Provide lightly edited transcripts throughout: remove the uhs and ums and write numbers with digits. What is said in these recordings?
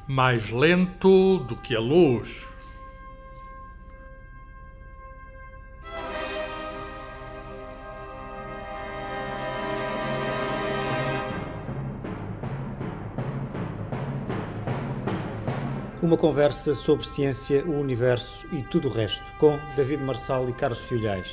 mais lento do que a luz. Uma conversa sobre ciência, o universo e tudo o resto, com David Marçal e Carlos Filhais.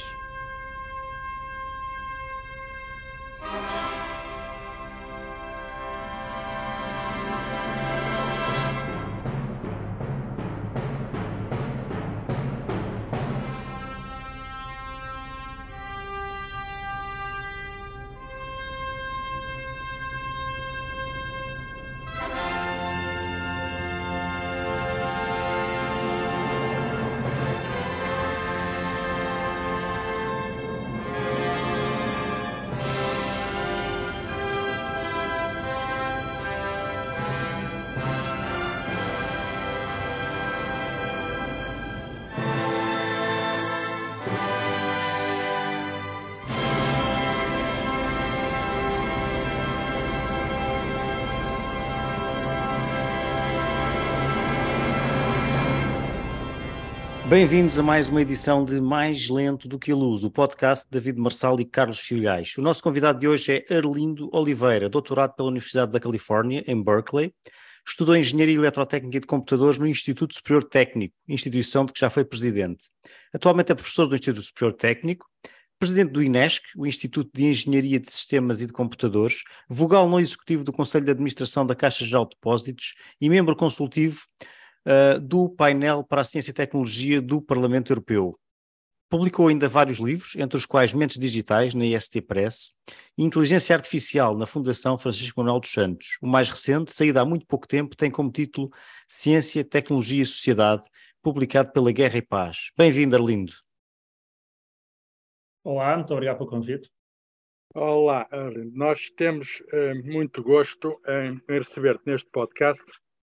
Bem-vindos a mais uma edição de Mais Lento do que a Luz, o podcast de David Marçal e Carlos Filhais. O nosso convidado de hoje é Arlindo Oliveira, doutorado pela Universidade da Califórnia, em Berkeley. Estudou Engenharia Eletrotécnica e de Computadores no Instituto Superior Técnico, instituição de que já foi presidente. Atualmente é professor do Instituto Superior Técnico, presidente do INESC, o Instituto de Engenharia de Sistemas e de Computadores, vogal não executivo do Conselho de Administração da Caixa Geral de Depósitos e membro consultivo do painel para a ciência e tecnologia do Parlamento Europeu. Publicou ainda vários livros, entre os quais Mentes Digitais, na IST Press, e Inteligência Artificial, na Fundação Francisco Manuel dos Santos. O mais recente, saído há muito pouco tempo, tem como título Ciência, Tecnologia e Sociedade, publicado pela Guerra e Paz. Bem-vindo, Arlindo. Olá, muito obrigado pelo convite. Olá, Arlindo. Nós temos muito gosto em receber-te neste podcast.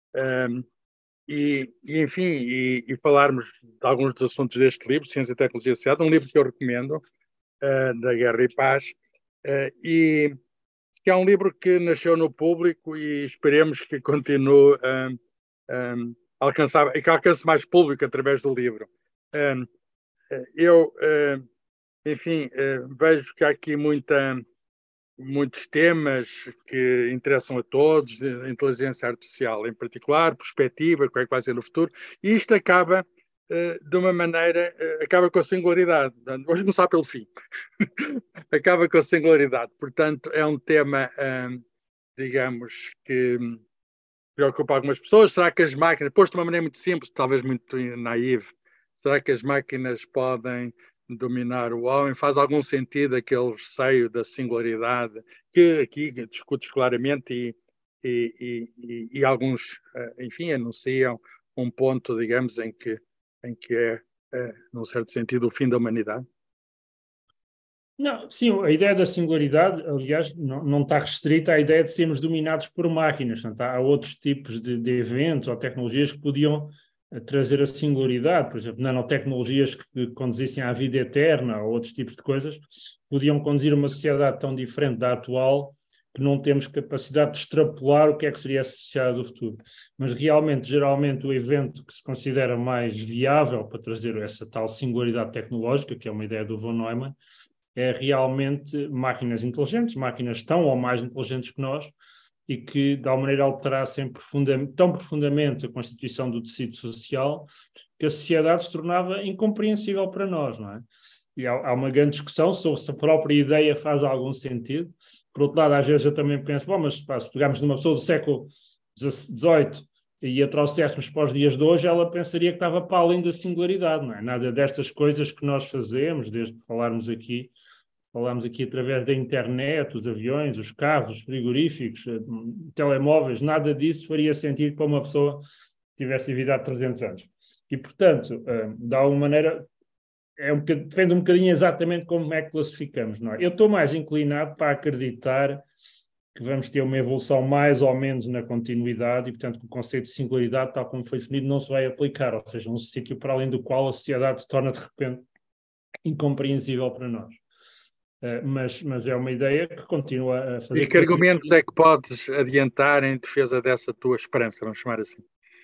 E falarmos de alguns dos assuntos deste livro, Ciência, Tecnologia e Sociedade, um livro que eu recomendo, da Guerra e Paz, e que é um livro que nasceu no público e esperemos que continue a alcançar, e que alcance mais público através do livro. Vejo que há aqui muitos temas que interessam a todos, inteligência artificial em particular, perspectiva, o que é que vai ser no futuro, e isto acaba de uma maneira, acaba com a singularidade. Vamos começar pelo fim. Acaba com a singularidade. Portanto, é um tema, digamos, que preocupa algumas pessoas. Será que as máquinas, posto de uma maneira muito simples, talvez muito naive, será que as máquinas podem dominar o homem? Faz algum sentido aquele receio da singularidade que aqui discutes claramente e alguns, enfim, anunciam um ponto, digamos, em que é, num certo sentido, o fim da humanidade? Não, sim, a ideia da singularidade, aliás, não está restrita à ideia de sermos dominados por máquinas. Portanto, há outros tipos de eventos ou tecnologias que podiam trazer a singularidade, por exemplo, nanotecnologias que conduzissem à vida eterna ou outros tipos de coisas, podiam conduzir a uma sociedade tão diferente da atual que não temos capacidade de extrapolar o que é que seria a sociedade do futuro. Mas realmente, geralmente, o evento que se considera mais viável para trazer essa tal singularidade tecnológica, que é uma ideia do von Neumann, é realmente máquinas inteligentes, máquinas tão ou mais inteligentes que nós, e que, de alguma maneira, alterassem tão profundamente a constituição do tecido social que a sociedade se tornava incompreensível para nós, não é? E há uma grande discussão sobre se a própria ideia faz algum sentido. Por outro lado, às vezes eu também penso, bom, mas se pegarmos numa pessoa do século XVIII e a trouxéssemos para os dias de hoje, ela pensaria que estava para além da singularidade, não é? Nada destas coisas que nós fazemos, desde que falámos aqui através da internet, os aviões, os carros, os frigoríficos, telemóveis, nada disso faria sentido para uma pessoa que tivesse vivido há 300 anos. E, portanto, de alguma maneira, depende um bocadinho exatamente como é que classificamos. Não é? Eu estou mais inclinado para acreditar que vamos ter uma evolução mais ou menos na continuidade e, portanto, que o conceito de singularidade, tal como foi definido, não se vai aplicar, ou seja, um sítio para além do qual a sociedade se torna, de repente, incompreensível para nós. Mas é uma ideia que continua a fazer... E que argumentos é que podes adiantar em defesa dessa tua esperança, vamos chamar assim?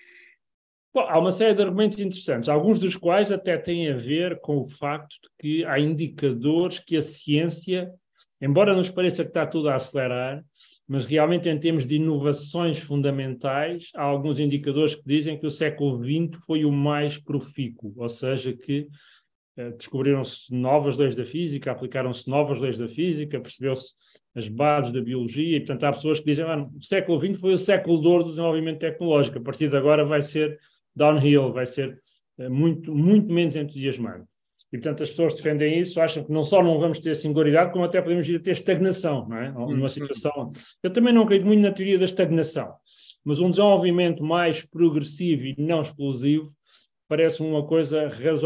Bom, há uma série de argumentos interessantes, alguns dos quais até têm a ver com o facto de que há indicadores que a ciência, embora nos pareça que está tudo a acelerar, mas realmente em termos de inovações fundamentais, há alguns indicadores que dizem que o século XX foi o mais profícuo, ou seja, que descobriram-se novas leis da física, aplicaram-se novas leis da física, percebeu-se as bases da biologia, e portanto há pessoas que dizem que o século XX foi o século de ouro do desenvolvimento tecnológico, a partir de agora vai ser downhill, vai ser muito, muito menos entusiasmante. E, portanto, as pessoas defendem isso, acham que não só não vamos ter singularidade, como até podemos ir a ter estagnação, não é? Numa situação... Eu também não acredito muito na teoria da estagnação, mas um desenvolvimento mais progressivo e não explosivo parece uma coisa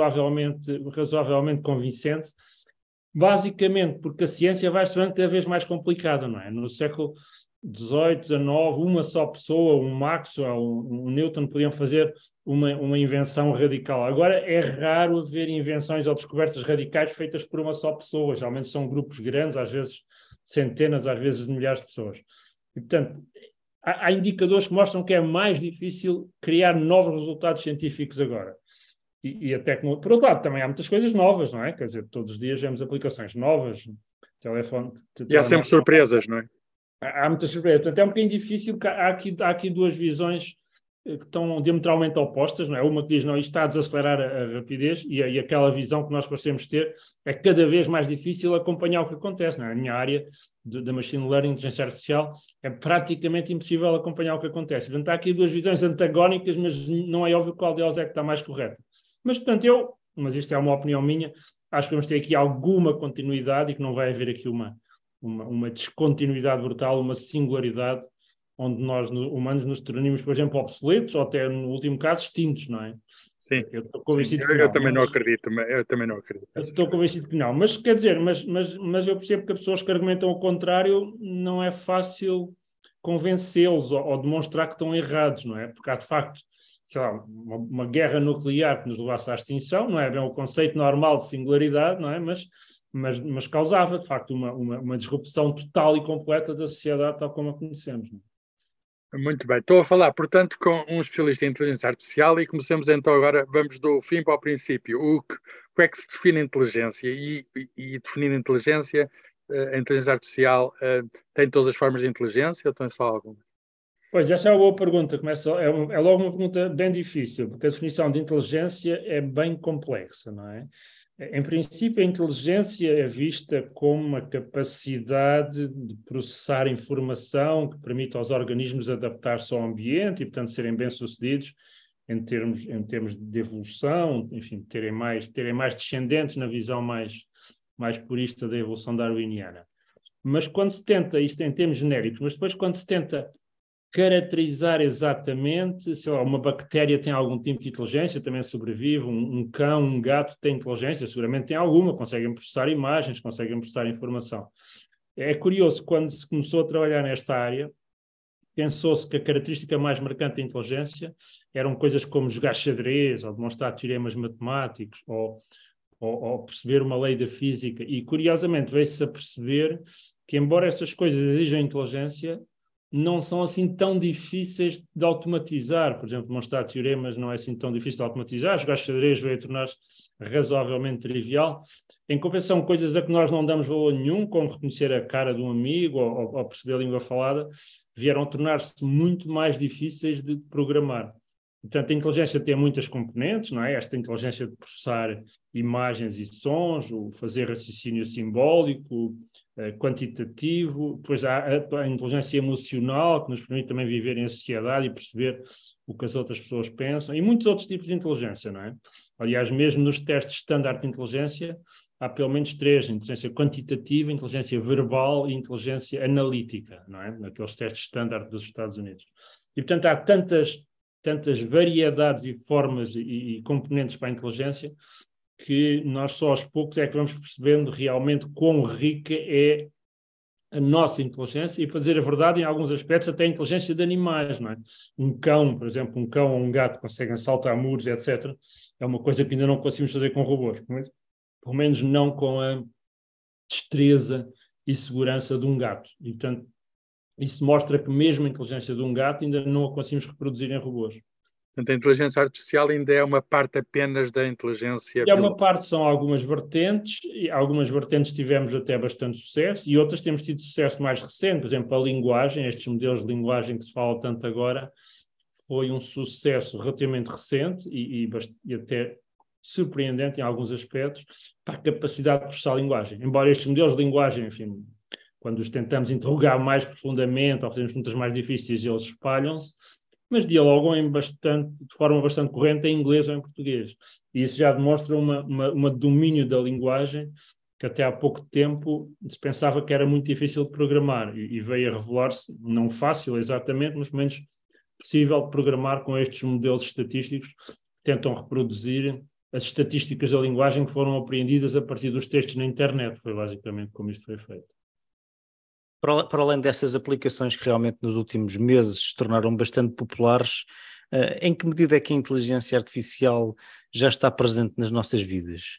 razoavelmente convincente, basicamente porque a ciência vai se tornando cada vez mais complicada, não é? No século XVIII, XIX, uma só pessoa, um Maxwell, um Newton, podiam fazer uma invenção radical. Agora é raro ver invenções ou descobertas radicais feitas por uma só pessoa. Geralmente são grupos grandes, às vezes centenas, às vezes milhares de pessoas. E, portanto, há indicadores que mostram que é mais difícil criar novos resultados científicos agora. E a tecnologia... Por outro lado, também há muitas coisas novas, não é? Quer dizer, todos os dias vemos aplicações novas, telefone... E há sempre surpresas, não é? Há muitas surpresas. Portanto, é um bocadinho difícil, há aqui duas visões que estão diametralmente opostas, não é? Uma que diz, não, isto está a desacelerar a rapidez, e aquela visão que nós parecemos ter é cada vez mais difícil acompanhar o que acontece, não é? Na minha área da machine learning, inteligência artificial, é praticamente impossível acompanhar o que acontece. Portanto, há aqui duas visões antagónicas, mas não é óbvio qual delas é que está mais correta. Mas, portanto, mas isto é uma opinião minha, acho que vamos ter aqui alguma continuidade e que não vai haver aqui uma descontinuidade brutal, uma singularidade, onde nós, humanos, nos tornamos, por exemplo, obsoletos ou até, no último caso, extintos, não é? Sim, eu estou convencido que não. Eu também não acredito. Eu estou convencido que não. Mas, quer dizer, mas eu percebo que as pessoas que argumentam o contrário não é fácil convencê-los ou demonstrar que estão errados, não é? Porque há, de facto, sei lá, uma guerra nuclear que nos levasse à extinção, não é bem o conceito normal de singularidade, não é? Mas causava, de facto, uma disrupção total e completa da sociedade tal como a conhecemos. Não é? Muito bem. Estou a falar, portanto, com um especialista em inteligência artificial e começamos então agora, vamos do fim para o princípio. Como é que se define a inteligência? E definir a inteligência artificial tem todas as formas de inteligência ou tem só alguma? Pois, essa é uma boa pergunta. É logo uma pergunta bem difícil, porque a definição de inteligência é bem complexa, não é? Em princípio, a inteligência é vista como uma capacidade de processar informação que permite aos organismos adaptar-se ao ambiente e, portanto, serem bem-sucedidos em termos de evolução, enfim, terem mais descendentes na visão mais purista da evolução darwiniana. Mas quando se tenta, isto em termos genéricos, mas depois quando se tenta caracterizar exatamente, sei lá, uma bactéria tem algum tipo de inteligência, também sobrevive, um cão, um gato tem inteligência, seguramente tem alguma, conseguem processar imagens, conseguem processar informação. É curioso, quando se começou a trabalhar nesta área, pensou-se que a característica mais marcante da inteligência eram coisas como jogar xadrez, ou demonstrar teoremas matemáticos, ou perceber uma lei da física, e curiosamente veio-se a perceber que, embora essas coisas exijam inteligência, não são assim tão difíceis de automatizar. Por exemplo, demonstrar teoremas não é assim tão difícil de automatizar, jogar xadrez veio a tornar-se razoavelmente trivial. Em compensação, coisas a que nós não damos valor nenhum, como reconhecer a cara de um amigo ou perceber a língua falada, vieram a tornar-se muito mais difíceis de programar. Portanto, a inteligência tem muitas componentes, não é? Esta inteligência de processar imagens e sons, o fazer raciocínio simbólico, quantitativo, depois há a inteligência emocional, que nos permite também viver em sociedade e perceber o que as outras pessoas pensam, e muitos outros tipos de inteligência, não é? Aliás, mesmo nos testes standard de inteligência, há pelo menos três: inteligência quantitativa, inteligência verbal e inteligência analítica, não é? Naqueles testes standard dos Estados Unidos. E, portanto, há tantas variedades e formas e componentes para a inteligência que nós só aos poucos é que vamos percebendo realmente quão rica é a nossa inteligência, e, para dizer a verdade, em alguns aspectos até a inteligência de animais, não é? Um cão, por exemplo, um cão ou um gato conseguem saltar muros, etc. É uma coisa que ainda não conseguimos fazer com robôs, pelo menos não com destreza e segurança de um gato. E, portanto, isso mostra que mesmo a inteligência de um gato ainda não a conseguimos reproduzir em robôs. Portanto, a inteligência artificial ainda é uma parte apenas da inteligência E há uma biológica. parte, são algumas vertentes, e algumas vertentes tivemos até bastante sucesso, e outras temos tido sucesso mais recente. Por exemplo, a linguagem, estes modelos de linguagem que se fala tanto agora, foi um sucesso relativamente recente e até surpreendente em alguns aspectos para a capacidade de processar a linguagem. Embora estes modelos de linguagem, enfim, quando os tentamos interrogar mais profundamente ou fazemos perguntas mais difíceis, eles espalham-se, mas dialogam de forma bastante corrente em inglês ou em português. E isso já demonstra uma domínio da linguagem que até há pouco tempo se pensava que era muito difícil de programar e veio a revelar-se, não fácil exatamente, mas pelo menos possível de programar com estes modelos estatísticos que tentam reproduzir as estatísticas da linguagem que foram apreendidas a partir dos textos na internet. Foi basicamente como isto foi feito. Para além dessas aplicações que realmente nos últimos meses se tornaram bastante populares, em que medida é que a inteligência artificial já está presente nas nossas vidas?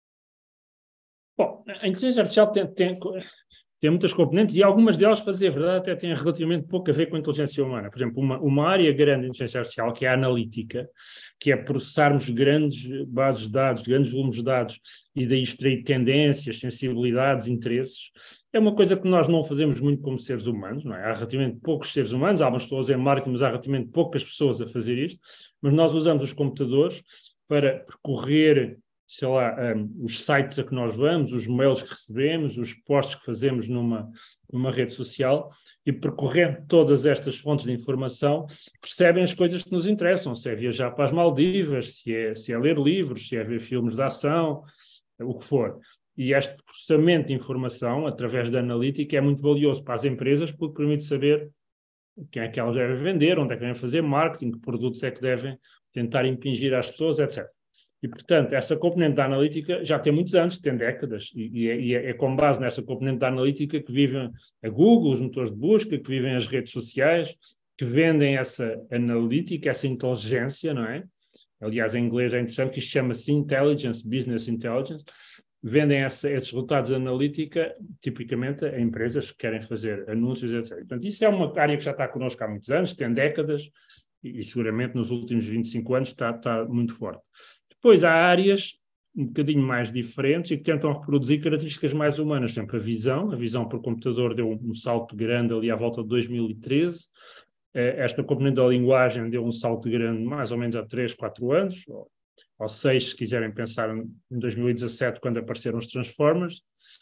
Bom, a inteligência artificial tem muitas componentes e algumas delas, para dizer a verdade, até têm relativamente pouco a ver com a inteligência humana. Por exemplo, uma área grande de inteligência artificial, que é a analítica, que é processarmos grandes bases de dados, grandes volumes de dados e daí extrair tendências, sensibilidades, interesses, é uma coisa que nós não fazemos muito como seres humanos, não é? Há relativamente poucos seres humanos, há algumas pessoas em marketing, mas há relativamente poucas pessoas a fazer isto, mas nós usamos os computadores para percorrer, sei lá, os sites a que nós vamos, os mails que recebemos, os posts que fazemos numa rede social e percorrendo todas estas fontes de informação, percebem as coisas que nos interessam, se é viajar para as Maldivas, se é ler livros, se é ver filmes de ação, o que for. E este processamento de informação, através da analítica, é muito valioso para as empresas porque permite saber quem é que elas devem vender, onde é que devem fazer marketing, que produtos é que devem tentar impingir às pessoas, etc. E, portanto, essa componente da analítica já tem muitos anos, tem décadas, e é com base nessa componente da analítica que vivem a Google, os motores de busca, que vivem as redes sociais, que vendem essa analítica, essa inteligência, não é? Aliás, em inglês é interessante que isto chama-se Intelligence, Business Intelligence, vendem esses resultados de analítica, tipicamente, a empresas que querem fazer anúncios, etc. Portanto, isso é uma área que já está connosco há muitos anos, tem décadas, e seguramente nos últimos 25 anos está muito forte. Depois há áreas um bocadinho mais diferentes e que tentam reproduzir características mais humanas. Por exemplo, a visão por computador deu um salto grande ali à volta de 2013. Esta componente da linguagem deu um salto grande mais ou menos há 3, 4 anos, ou 6, se quiserem pensar em 2017, quando apareceram os Transformers.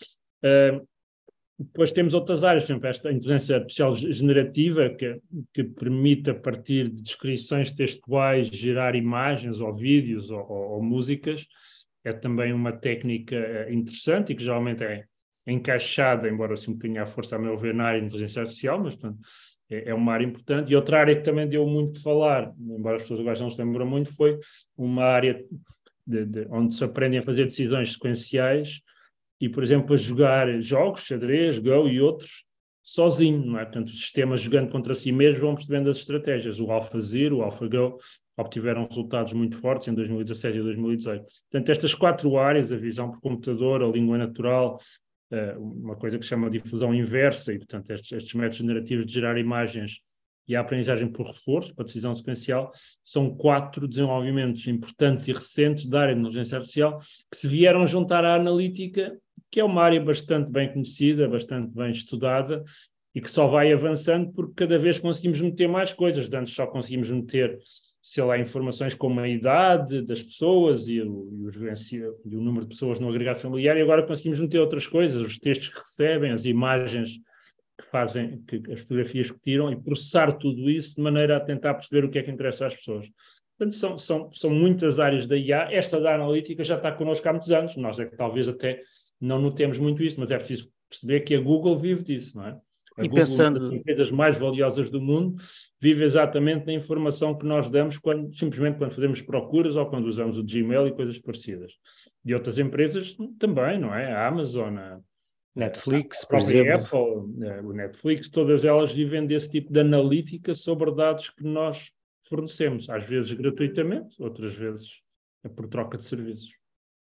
Depois temos outras áreas, por exemplo, esta inteligência artificial generativa, que permite, a partir de descrições textuais, gerar imagens ou vídeos ou músicas. É também uma técnica interessante e que geralmente é encaixada, embora assim um bocadinho à força, a meu ver, na área de inteligência artificial, mas portanto, é uma área importante. E outra área que também deu muito de falar, embora as pessoas agora não se lembram muito, foi uma área onde se aprendem a fazer decisões sequenciais e, por exemplo, a jogar jogos, xadrez, Go e outros, sozinho, não é? Portanto, os sistemas jogando contra si mesmos vão percebendo as estratégias. O AlphaZero, o AlphaGo, obtiveram resultados muito fortes em 2017 e 2018. Portanto, estas 4 áreas, a visão por computador, a língua natural, uma coisa que se chama difusão inversa, e, portanto, estes métodos generativos de gerar imagens e a aprendizagem por reforço, para decisão sequencial, são 4 desenvolvimentos importantes e recentes da área de inteligência artificial que se vieram juntar à analítica, que é uma área bastante bem conhecida, bastante bem estudada e que só vai avançando porque cada vez conseguimos meter mais coisas. Antes só conseguimos meter, sei lá, informações como a idade das pessoas e o número de pessoas no agregado familiar, e agora conseguimos meter outras coisas, os textos que recebem, as imagens que fazem, as fotografias que tiram, e processar tudo isso de maneira a tentar perceber o que é que interessa às pessoas. Portanto, são muitas áreas da IA. Esta da analítica já está connosco há muitos anos. Nós é que talvez até não notemos muito isso, mas é preciso perceber que a Google vive disso, não é? A Google, uma das empresas mais valiosas do mundo, vive exatamente na informação que nós damos simplesmente quando fazemos procuras ou quando usamos o Gmail e coisas parecidas. De outras empresas também, não é? A Amazon, Netflix, a por exemplo. Apple, o Netflix, todas elas vivem desse tipo de analítica sobre dados que nós fornecemos, às vezes gratuitamente, outras vezes por troca de serviços.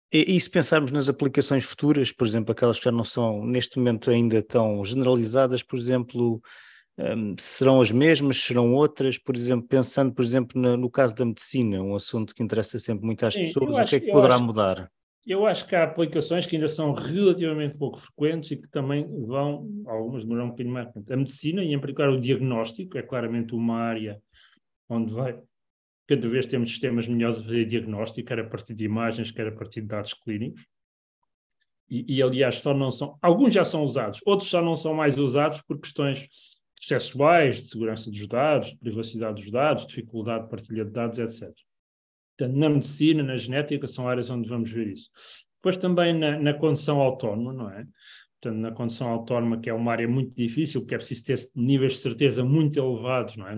E se pensarmos nas aplicações futuras, por exemplo, aquelas que já não são neste momento ainda tão generalizadas, por exemplo, serão as mesmas, serão outras, por exemplo, pensando, por exemplo, no caso da medicina, um assunto que interessa sempre muito às Sim, pessoas, o que é que poderá mudar? eu acho que há aplicações que ainda são relativamente pouco frequentes e que também algumas demoram um bocadinho mais. A medicina, e em particular o diagnóstico, é claramente uma área onde cada vez temos sistemas melhores a fazer diagnóstico, quer a partir de imagens, quer a partir de dados clínicos. Aliás, alguns já são usados, outros já não são mais usados por questões processuais, de segurança dos dados, de privacidade dos dados, dificuldade de partilha de dados, etc. Portanto, na medicina, na genética, são áreas onde vamos ver isso. Depois também na condução autónoma, não é? Portanto, na condução autónoma, que é uma área muito difícil, porque é preciso ter níveis de certeza muito elevados, não é?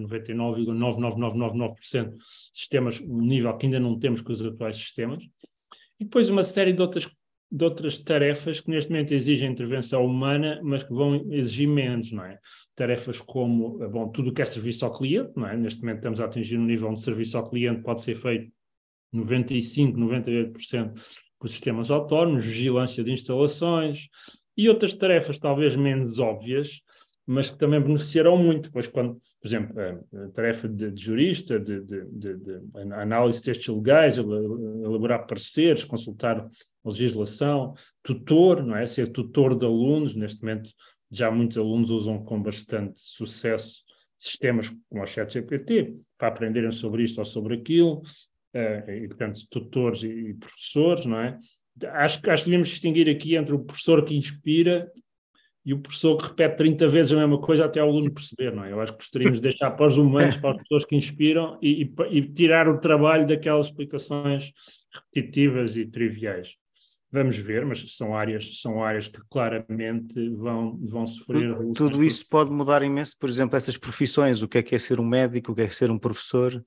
99,99999% de sistemas, um nível que ainda não temos com os atuais sistemas. E depois uma série de outras tarefas que neste momento exigem intervenção humana, mas que vão exigir menos, não é? Tarefas como, tudo o que é serviço ao cliente, não é? Neste momento estamos a atingir um nível de serviço ao cliente, pode ser feito 95%, 98% por sistemas autónomos, vigilância de instalações e outras tarefas talvez menos óbvias, mas que também beneficiarão muito, pois quando, por exemplo, a tarefa de jurista, de análise de textos legais, elaborar pareceres, consultar a legislação, tutor, não é? Ser tutor de alunos, neste momento já muitos alunos usam com bastante sucesso sistemas como o ChatGPT para aprenderem sobre isto ou sobre aquilo, e portanto tutores e professores, não é? Acho que devemos distinguir aqui entre o professor que inspira e o professor que repete 30 vezes a mesma coisa até o aluno perceber, não é? Eu acho que gostaríamos de deixar para os humanos, para as pessoas que inspiram e tirar o trabalho daquelas explicações repetitivas e triviais. Vamos ver, mas são áreas que claramente vão sofrer. Tudo isso pode mudar imenso, por exemplo, essas profissões, o que é ser um médico, o que é ser um professor?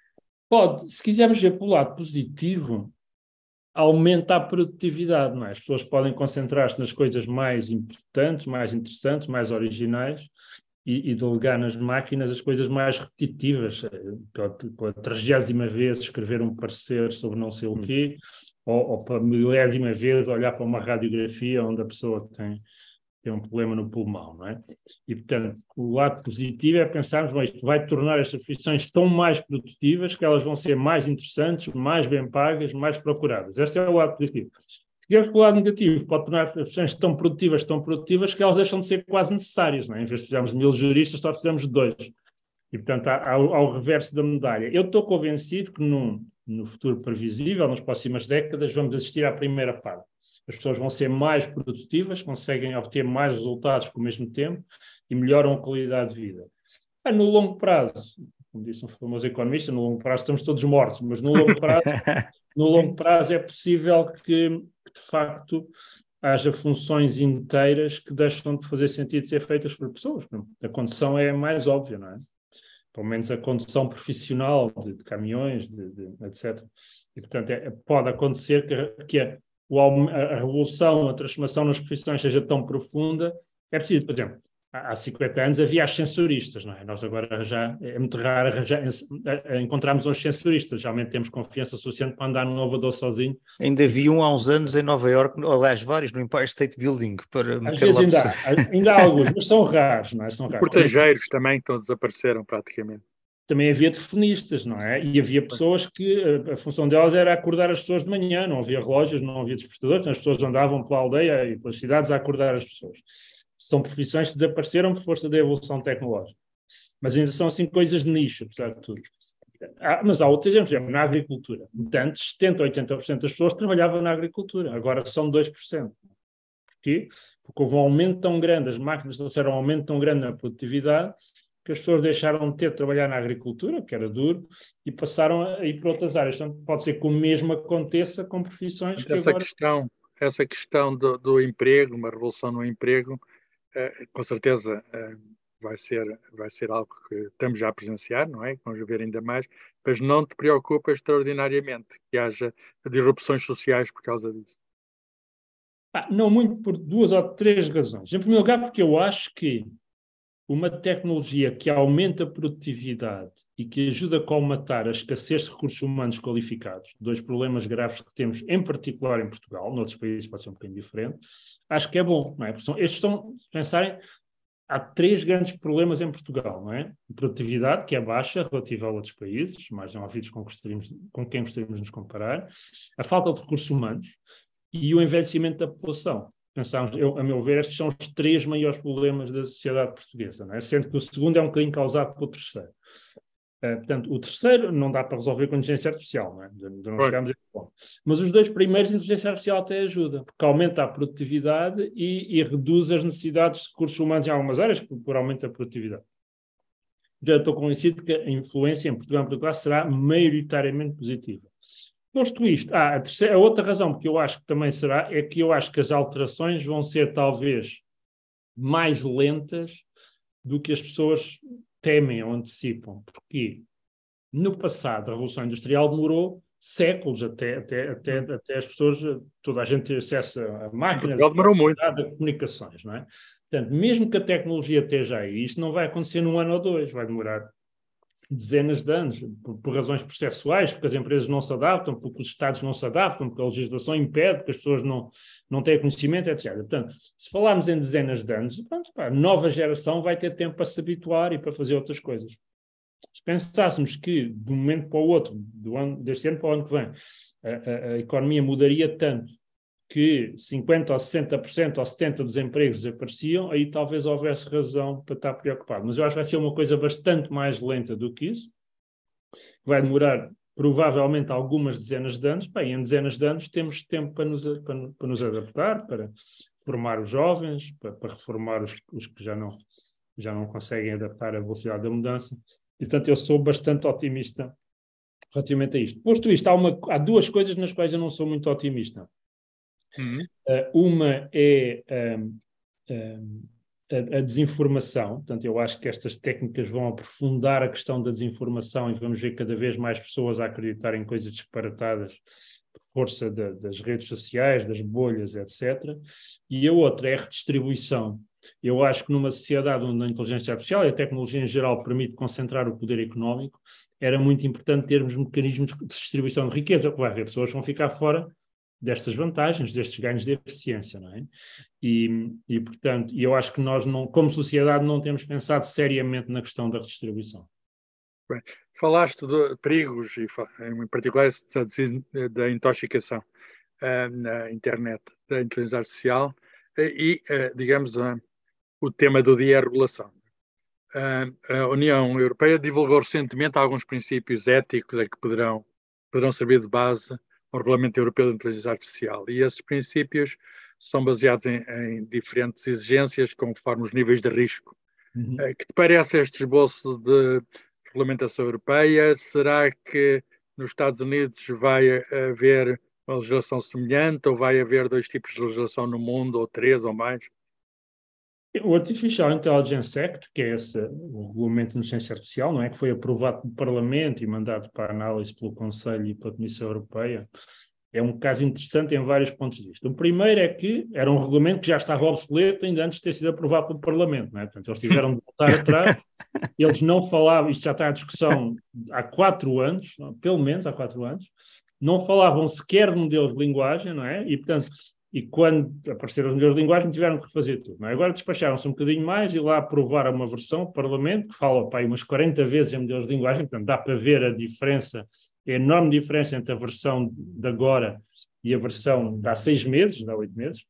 Pode, se quisermos ver pelo lado positivo, aumenta a produtividade, não é? As pessoas podem concentrar-se nas coisas mais importantes, mais interessantes, mais originais e delegar nas máquinas as coisas mais repetitivas. Pela 30ª vez escrever um parecer sobre não sei o quê, ou pela 1000ª vez olhar para uma radiografia onde a pessoa tem um problema no pulmão, não é? E, portanto, o lado positivo é pensarmos, bom, isto vai tornar estas profissões tão mais produtivas que elas vão ser mais interessantes, mais bem pagas, mais procuradas. Este é o lado positivo. Se quisermos pelo lado negativo, pode tornar as profissões tão produtivas que elas deixam de ser quase necessárias, não é? Em vez de precisarmos de 1000 juristas, só precisamos de 2. E, portanto, ao reverso da medalha. Eu estou convencido que no futuro previsível, nas próximas décadas, vamos assistir à primeira parte. As pessoas vão ser mais produtivas, conseguem obter mais resultados com o mesmo tempo e melhoram a qualidade de vida. No longo prazo, como disse um famoso economista, no longo prazo estamos todos mortos, mas no longo prazo é possível que de facto haja funções inteiras que deixam de fazer sentido ser feitas por pessoas. A condução é mais óbvia, não é? Pelo menos a condução profissional de caminhões, etc. E, portanto, pode acontecer que a revolução, a transformação nas profissões seja tão profunda. É preciso, por exemplo, há 50 anos havia ascensoristas, não é? Nós agora já é muito raro encontrarmos uns ascensoristas, geralmente temos confiança suficiente para andar num elevador sozinho. Ainda havia há uns anos em Nova Iorque, aliás, vários no Empire State Building, para meter lá pessoas. Ainda há alguns, mas são raros, não é? São raros. Portageiros também todos desapareceram praticamente. Também havia telefonistas, não é? E havia pessoas que a função delas era acordar as pessoas de manhã, não havia relógios, não havia despertadores, as pessoas andavam pela aldeia e pelas cidades a acordar as pessoas. São profissões que desapareceram por força da evolução tecnológica. Mas ainda são assim coisas de nicho, apesar de tudo. Mas há outros exemplos, por exemplo, na agricultura. Antes, 70% ou 80% das pessoas trabalhavam na agricultura, agora são 2%. Porquê? Porque houve um aumento tão grande, as máquinas trouxeram um aumento tão grande na produtividade, que as pessoas deixaram de ter de trabalhar na agricultura, que era duro, e passaram a ir para outras áreas. Então, pode ser que o mesmo aconteça com profissões que agora... Essa questão do emprego, uma revolução no emprego, com certeza vai ser algo que estamos já a presenciar, não é? Vamos ver ainda mais, mas não te preocupa extraordinariamente que haja disrupções sociais por causa disso? Não muito, por 2 ou 3 razões. Em primeiro lugar, porque eu acho que uma tecnologia que aumenta a produtividade e que ajuda a colmatar a escassez de recursos humanos qualificados, dois problemas graves que temos, em particular em Portugal, noutros países pode ser um bocadinho diferente, acho que é bom, não é? Porque estes são, se pensarem, há três grandes problemas em Portugal, não é? A produtividade, que é baixa relativa a outros países, mais desenvolvidos com quem gostaríamos de nos comparar, a falta de recursos humanos e o envelhecimento da população. Pensamos, a meu ver, estes são os três maiores problemas da sociedade portuguesa, não é? Sendo que o segundo é um bocadinho causado pelo terceiro. Portanto, o terceiro não dá para resolver com inteligência artificial, não é? Ainda não chegamos a esse ponto. Mas os dois primeiros, a inteligência artificial até ajuda, porque aumenta a produtividade e reduz as necessidades de recursos humanos em algumas áreas, por aumento da produtividade. Já estou convencido que a influência em Portugal, será maioritariamente positiva. Posto isto, a outra razão que eu acho que também será, é que eu acho que as alterações vão ser talvez mais lentas do que as pessoas temem ou antecipam. Porque no passado a Revolução Industrial demorou séculos até as pessoas, toda a gente ter acesso a máquinas, demorou muito. A comunicações, não é? Portanto, mesmo que a tecnologia esteja aí, isto não vai acontecer num ano ou dois, vai demorar dezenas de anos, por razões processuais, porque as empresas não se adaptam, porque os Estados não se adaptam, porque a legislação impede, porque as pessoas não têm conhecimento, etc. Portanto, se falarmos em dezenas de anos, pronto, a nova geração vai ter tempo para se habituar e para fazer outras coisas. Se pensássemos que, de um momento para o outro, deste ano para o ano que vem, a economia mudaria tanto que 50% ou 60% ou 70% dos empregos desapareciam, aí talvez houvesse razão para estar preocupado. Mas eu acho que vai ser uma coisa bastante mais lenta do que isso. Vai demorar provavelmente algumas dezenas de anos. Bem, em dezenas de anos temos tempo para nos adaptar, para formar os jovens, para reformar os que já não conseguem adaptar à velocidade da mudança. E, portanto, eu sou bastante otimista relativamente a isto. Posto isto, há duas coisas nas quais eu não sou muito otimista. Uma é a desinformação. Portanto, eu acho que estas técnicas vão aprofundar a questão da desinformação e vamos ver cada vez mais pessoas a acreditar em coisas disparatadas por força das redes sociais, das bolhas, etc. E a outra é a redistribuição. Eu acho que numa sociedade onde a inteligência artificial e a tecnologia em geral permite concentrar o poder económico, era muito importante termos mecanismos de distribuição de riqueza. Vai haver pessoas que vão ficar fora destas vantagens, destes ganhos de eficiência, não é? E portanto, eu acho que nós, como sociedade, não temos pensado seriamente na questão da redistribuição. Bem, falaste de perigos, e em particular da intoxicação na internet, da inteligência artificial e, digamos, o tema do dia é a regulação. A União Europeia divulgou recentemente alguns princípios éticos que poderão servir de base ao Regulamento Europeu de Inteligência Artificial. E esses princípios são baseados em diferentes exigências, conforme os níveis de risco. Que te parece este esboço de regulamentação europeia? Será que nos Estados Unidos vai haver uma legislação semelhante ou vai haver dois tipos de legislação no mundo, ou três ou mais? O Artificial Intelligence Act, que é o regulamento de inteligência artificial, não é? Que foi aprovado pelo Parlamento e mandado para análise pelo Conselho e pela Comissão Europeia, é um caso interessante em vários pontos de vista. O primeiro é que era um regulamento que já estava obsoleto ainda antes de ter sido aprovado pelo Parlamento, não é? Portanto, eles tiveram de voltar atrás, eles não falavam, isto já está em discussão há 4 anos, pelo menos há 4 anos, não falavam sequer de modelos de linguagem, não é? E quando apareceram os modelos de linguagem tiveram que refazer tudo. Não é? Agora despacharam-se um bocadinho mais e lá aprovaram uma versão do Parlamento que fala umas 40 vezes em modelos de linguagem, portanto dá para ver a diferença, a enorme diferença entre a versão de agora e a versão de há 6 meses, de há 8 meses.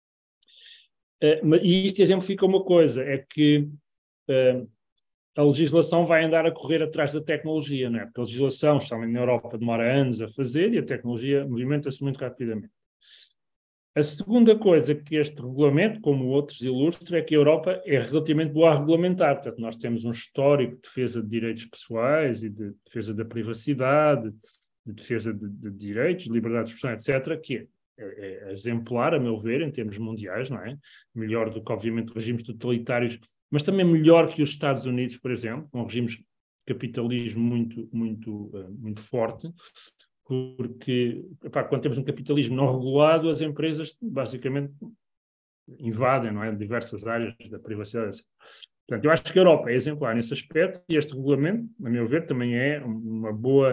E isto exemplifica uma coisa, é que a legislação vai andar a correr atrás da tecnologia, não é? Porque a legislação, especialmente na Europa, demora anos a fazer e a tecnologia movimenta-se muito rapidamente. A segunda coisa que este regulamento, como outros, ilustra é que a Europa é relativamente boa a regulamentar. Portanto, nós temos um histórico de defesa de direitos pessoais e de defesa da privacidade, de defesa de direitos, de liberdade de expressão, etc., que é exemplar, a meu ver, em termos mundiais, não é? Melhor do que, obviamente, regimes totalitários, mas também melhor que os Estados Unidos, por exemplo, com regimes de capitalismo muito forte, porque quando temos um capitalismo não regulado, as empresas basicamente invadem, não é? Diversas áreas da privacidade. Portanto, eu acho que a Europa é exemplar nesse aspecto e este regulamento, a meu ver, também é uma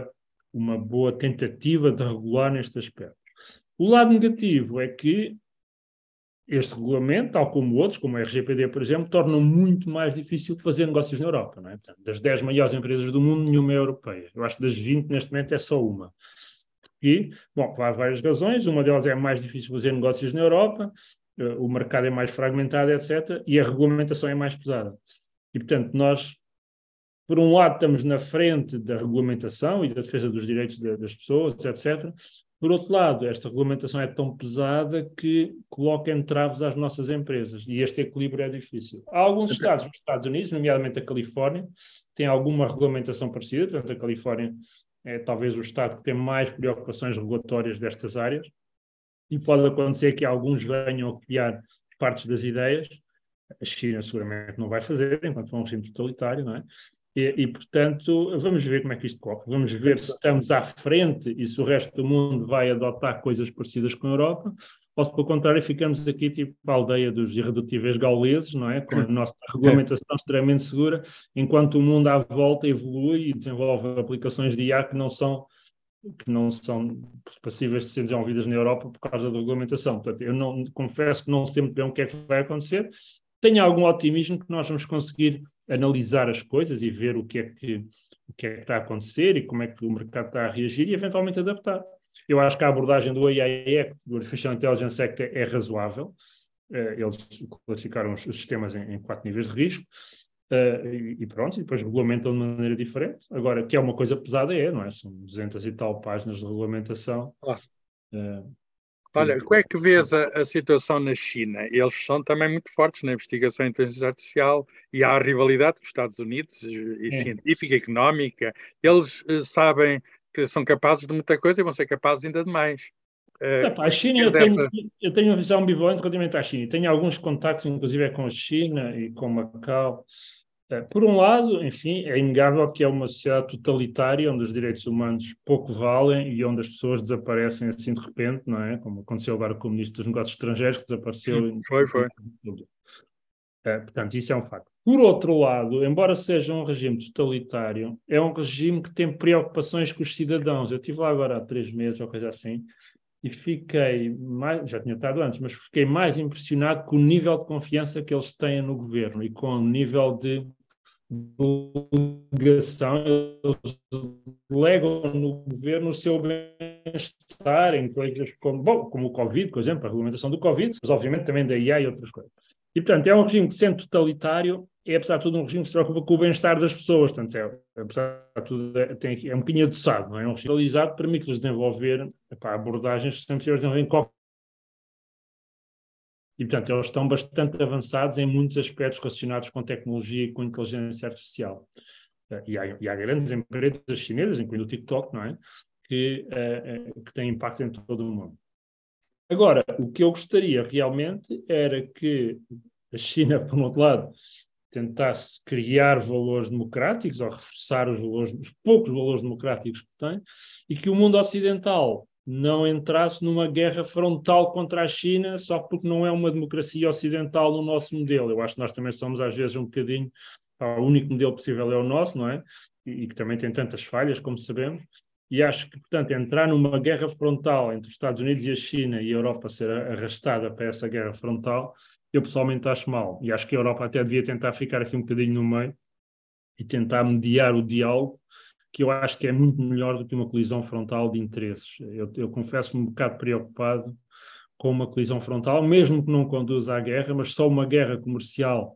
boa tentativa de regular neste aspecto. O lado negativo é que este regulamento, tal como outros, como a RGPD, por exemplo, torna muito mais difícil fazer negócios na Europa. Não é? Portanto, das 10 maiores empresas do mundo, nenhuma é europeia. Eu acho que das 20, neste momento, é só uma. E, bom, há várias razões. Uma delas é mais difícil fazer negócios na Europa, o mercado é mais fragmentado, etc., e a regulamentação é mais pesada. E, portanto, nós, por um lado, estamos na frente da regulamentação e da defesa dos direitos das pessoas, etc. Por outro lado, esta regulamentação é tão pesada que coloca entraves às nossas empresas e este equilíbrio é difícil. Há alguns estados nos Estados Unidos, nomeadamente a Califórnia, têm alguma regulamentação parecida. Portanto, a Califórnia é talvez o estado que tem mais preocupações regulatórias destas áreas e pode acontecer que alguns venham a copiar partes das ideias. A China seguramente não vai fazer, enquanto for um regime totalitário, não é? Portanto, vamos ver como é que isto corre. Vamos ver se estamos à frente e se o resto do mundo vai adotar coisas parecidas com a Europa, ou se, pelo contrário, ficamos aqui tipo a aldeia dos irredutíveis gauleses, não é? Com a nossa regulamentação extremamente segura, enquanto o mundo à volta evolui e desenvolve aplicações de IA que não são passíveis de ser desenvolvidas na Europa por causa da regulamentação. Portanto, eu não, confesso que não sei muito bem o que é que vai acontecer. Tenho algum otimismo que nós vamos conseguir analisar as coisas e ver o que é que está a acontecer e como é que o mercado está a reagir e eventualmente adaptar. Eu acho que a abordagem do AI Act, do Artificial Intelligence Act, é razoável. Eles classificaram os sistemas em 4 níveis de risco e pronto, e depois regulamentam de maneira diferente. Agora, que é uma coisa pesada, não é? São 200 e tal páginas de regulamentação. Olha, como é que vês a situação na China? Eles são também muito fortes na investigação em inteligência artificial e há a rivalidade com os Estados Unidos, e científica, económica. Eles sabem que são capazes de muita coisa e vão ser capazes ainda de mais. A China, eu tenho uma visão ambivalente relativamente à China. Tenho alguns contactos, inclusive, com a China e com Macau. Por um lado, enfim, é inegável que é uma sociedade totalitária onde os direitos humanos pouco valem e onde as pessoas desaparecem assim de repente, não é? Como aconteceu agora com o Ministro dos Negócios Estrangeiros, que desapareceu. Foi. Portanto, isso é um facto. Por outro lado, embora seja um regime totalitário, é um regime que tem preocupações com os cidadãos. Eu estive lá agora há 3 meses ou coisa assim, e fiquei mais, já tinha estado antes, mas fiquei mais impressionado com o nível de confiança que eles têm no governo e com o nível de delegação. Eles delegam no governo o seu bem-estar em coisas como o Covid, por exemplo, a regulamentação do Covid, mas obviamente também da IA e outras coisas. E, portanto, é um regime que, sendo totalitário, é, apesar de tudo, um regime que se preocupa com o bem-estar das pessoas. Portanto, apesar de tudo, é um bocadinho adoçado, não é? Um regime totalizado permite-lhes desenvolver abordagens que sempre desenvolvem qualquer. E, portanto, eles estão bastante avançados em muitos aspectos relacionados com tecnologia e com inteligência artificial. E há grandes empresas chinesas, incluindo o TikTok, não é? Que têm impacto em todo o mundo. Agora, o que eu gostaria realmente era que a China, por um outro lado, tentasse criar valores democráticos ou reforçar os poucos valores democráticos que tem e que o mundo ocidental não entrasse numa guerra frontal contra a China só porque não é uma democracia ocidental no nosso modelo. Eu acho que nós também somos, às vezes, um bocadinho... O único modelo possível é o nosso, não é? E que também tem tantas falhas, como sabemos. E acho que, portanto, entrar numa guerra frontal entre os Estados Unidos e a China e a Europa ser arrastada para essa guerra frontal, eu pessoalmente acho mal. E acho que a Europa até devia tentar ficar aqui um bocadinho no meio e tentar mediar o diálogo, que eu acho que é muito melhor do que uma colisão frontal de interesses. Eu confesso-me um bocado preocupado com uma colisão frontal, mesmo que não conduza à guerra, mas só uma guerra comercial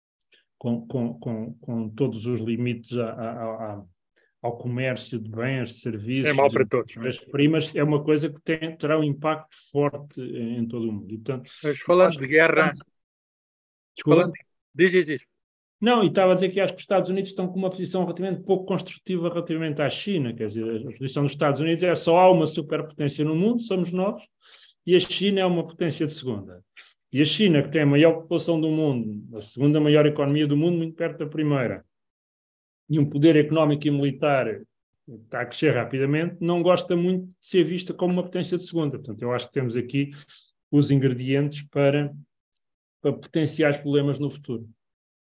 com todos os limites ao comércio de bens, de serviços, é mau para todos, das primas, é uma coisa que terá um impacto forte em todo o mundo. E, portanto, mas falando de guerra... Desculpa? Diz. Não, e estava a dizer que acho que os Estados Unidos estão com uma posição relativamente pouco construtiva relativamente à China. Quer dizer, a posição dos Estados Unidos é só há uma superpotência no mundo, somos nós, e a China é uma potência de segunda. E a China, que tem a maior população do mundo, a segunda maior economia do mundo, muito perto da primeira, e um poder económico e militar que está a crescer rapidamente, não gosta muito de ser vista como uma potência de segunda. Portanto, eu acho que temos aqui os ingredientes para potenciais problemas no futuro.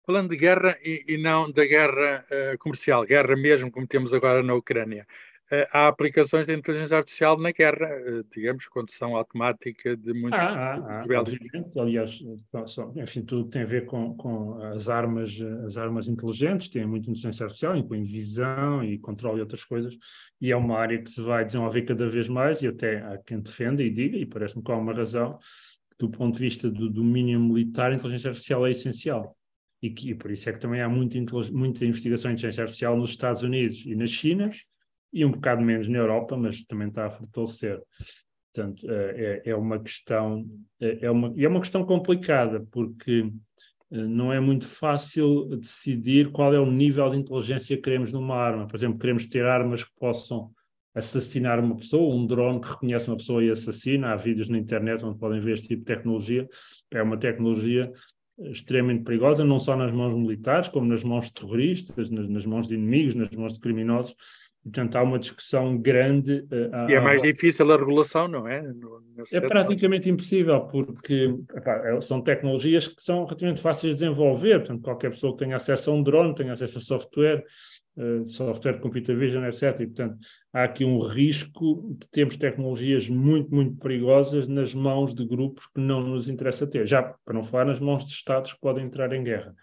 falando de guerra e não da guerra comercial, guerra mesmo como temos agora na Ucrânia, há aplicações da inteligência artificial na guerra, digamos, condução automática de muitos bélicos. Obviamente. Aliás, enfim, tudo tem a ver com as armas inteligentes, tem muita inteligência artificial, incluindo visão e controle e outras coisas, e é uma área que se vai desenvolver cada vez mais, e até há quem defenda e diga, e parece-me que há uma razão, do ponto de vista do domínio militar, a inteligência artificial é essencial. E por isso é que também há muita investigação em inteligência artificial nos Estados Unidos e na China, e um bocado menos na Europa, mas também está a fortalecer. Portanto, é uma questão, é uma questão complicada, porque não é muito fácil decidir qual é o nível de inteligência que queremos numa arma. Por exemplo, queremos ter armas que possam assassinar uma pessoa, um drone que reconhece uma pessoa e assassina. Há vídeos na internet onde podem ver este tipo de tecnologia. É uma tecnologia extremamente perigosa, não só nas mãos militares, como nas mãos de terroristas, nas mãos de inimigos, nas mãos de criminosos. Portanto, há uma discussão grande. E é mais difícil a regulação, não é? É praticamente impossível, porque são tecnologias que são relativamente fáceis de desenvolver. Portanto, qualquer pessoa que tenha acesso a um drone, tenha acesso a software de computer vision, etc. E, portanto, há aqui um risco de termos tecnologias muito, muito perigosas nas mãos de grupos que não nos interessa ter. Já para não falar nas mãos de Estados que podem entrar em guerra.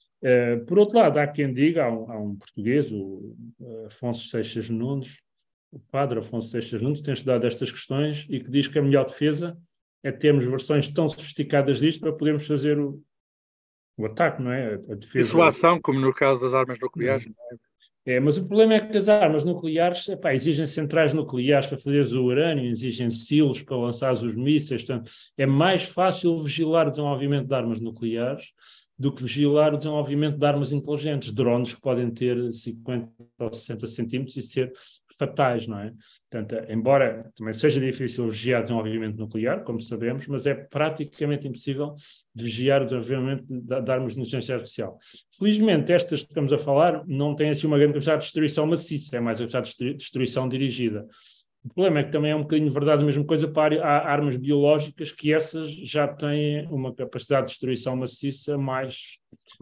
Por outro lado, há quem diga, há um português, o Afonso Seixas Nunes, o padre Afonso Seixas Nunes, tem estudado estas questões e que diz que a melhor defesa é termos versões tão sofisticadas disto para podermos fazer o ataque, não é? A defesa. Dissuasão, como no caso das armas nucleares. Mas o problema é que as armas nucleares exigem centrais nucleares para fazeres o urânio, exigem silos para lançares os mísseis. Portanto, é mais fácil vigilar o desenvolvimento de armas nucleares do que vigilar o desenvolvimento de armas inteligentes, drones que podem ter 50 ou 60 centímetros e ser fatais, não é? Portanto, embora também seja difícil vigiar o desenvolvimento nuclear, como sabemos, mas é praticamente impossível vigiar o desenvolvimento de armas de inteligência artificial. Felizmente, estas que estamos a falar não têm assim uma grande capacidade de destruição maciça, é mais a capacidade de destruição dirigida. O problema é que também é um bocadinho verdade a mesma coisa para armas biológicas, que essas já têm uma capacidade de destruição maciça mais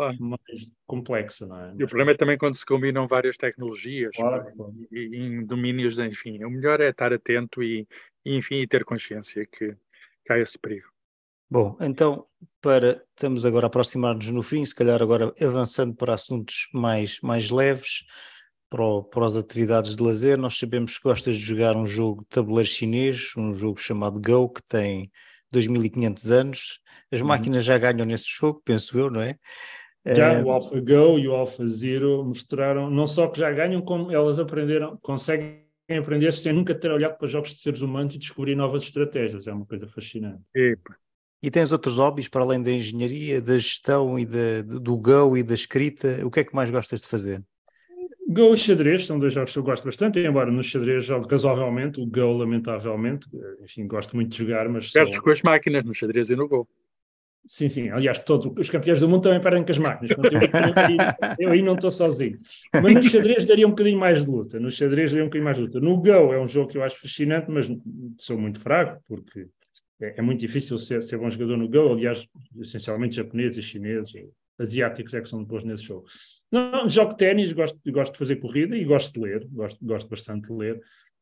complexa, não é? E o problema é também quando se combinam várias tecnologias, claro. E em domínios, enfim. O melhor é estar atento e ter consciência que há esse perigo. Bom, então, estamos agora a aproximar-nos no fim, se calhar agora avançando para assuntos mais leves, para as atividades de lazer. Nós sabemos que gostas de jogar um jogo de tabuleiro chinês, um jogo chamado Go, que tem 2500 anos. As máquinas já ganham nesse jogo, penso eu, não é? Já o AlphaGo e o AlphaZero mostraram, não só que já ganham, como elas conseguem aprender sem nunca ter olhado para jogos de seres humanos e descobrir novas estratégias. É uma coisa fascinante. E tens outros hobbies para além da engenharia, da gestão e do Go e da escrita? O que é que mais gostas de fazer? Go e xadrez são dois jogos que eu gosto bastante, embora no xadrez jogo razoavelmente, o Go lamentavelmente, enfim, gosto muito de jogar, mas... Perdes com as máquinas no xadrez e no Go. Sim, aliás, todos os campeões do mundo também perdem com as máquinas, eu aí não estou sozinho. Mas no xadrez daria um bocadinho mais de luta, No Go é um jogo que eu acho fascinante, mas sou muito fraco, porque é muito difícil ser bom jogador no Go, aliás, essencialmente japoneses e chineses e asiáticos é que são depois nesse jogo. Não, jogo ténis, gosto de fazer corrida e gosto de ler, gosto bastante de ler,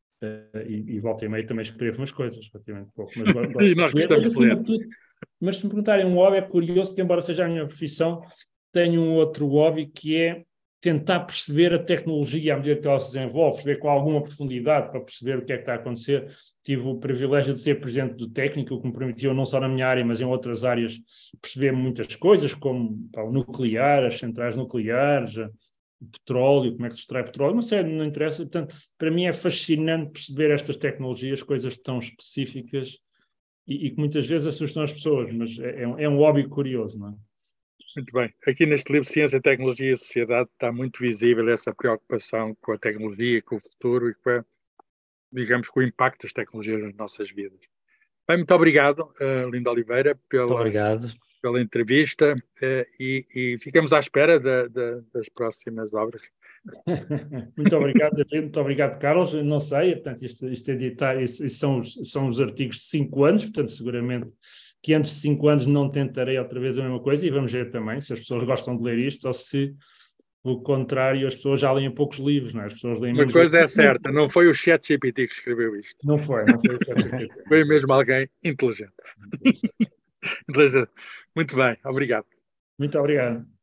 e volta e meia também escrevo umas coisas, praticamente pouco. Mas e nós gostamos de ler. Mas se me perguntarem um hobby, é curioso que, embora seja a minha profissão, tenho um outro hobby que é tentar perceber a tecnologia à medida que ela se desenvolve, perceber com alguma profundidade para perceber o que é que está a acontecer. Tive o privilégio de ser presidente do técnico, o que me permitiu, não só na minha área, mas em outras áreas, perceber muitas coisas, como o nuclear, as centrais nucleares, o petróleo, como é que se extrai petróleo, não interessa. Portanto, para mim é fascinante perceber estas tecnologias, coisas tão específicas e que muitas vezes assustam as pessoas, mas é um hobby curioso, não é? Muito bem. Aqui neste livro Ciência, Tecnologia e Sociedade está muito visível essa preocupação com a tecnologia, com o futuro e com o impacto das tecnologias nas nossas vidas. Bem, muito obrigado, Lindo Oliveira, pela entrevista e ficamos à espera das próximas obras. Muito obrigado, Carlos. Não sei, portanto, isto são os artigos de 5 anos, portanto, seguramente que antes de 5 anos não tentarei outra vez a mesma coisa, e vamos ver também se as pessoas gostam de ler isto ou se, pelo contrário, as pessoas já leem poucos livros, não é? As pessoas leem Uma menos coisa é livros. certa, não foi o ChatGPT que escreveu isto. Não foi o ChatGPT. Foi mesmo alguém inteligente. Inteligente. Muito bem, obrigado. Muito obrigado.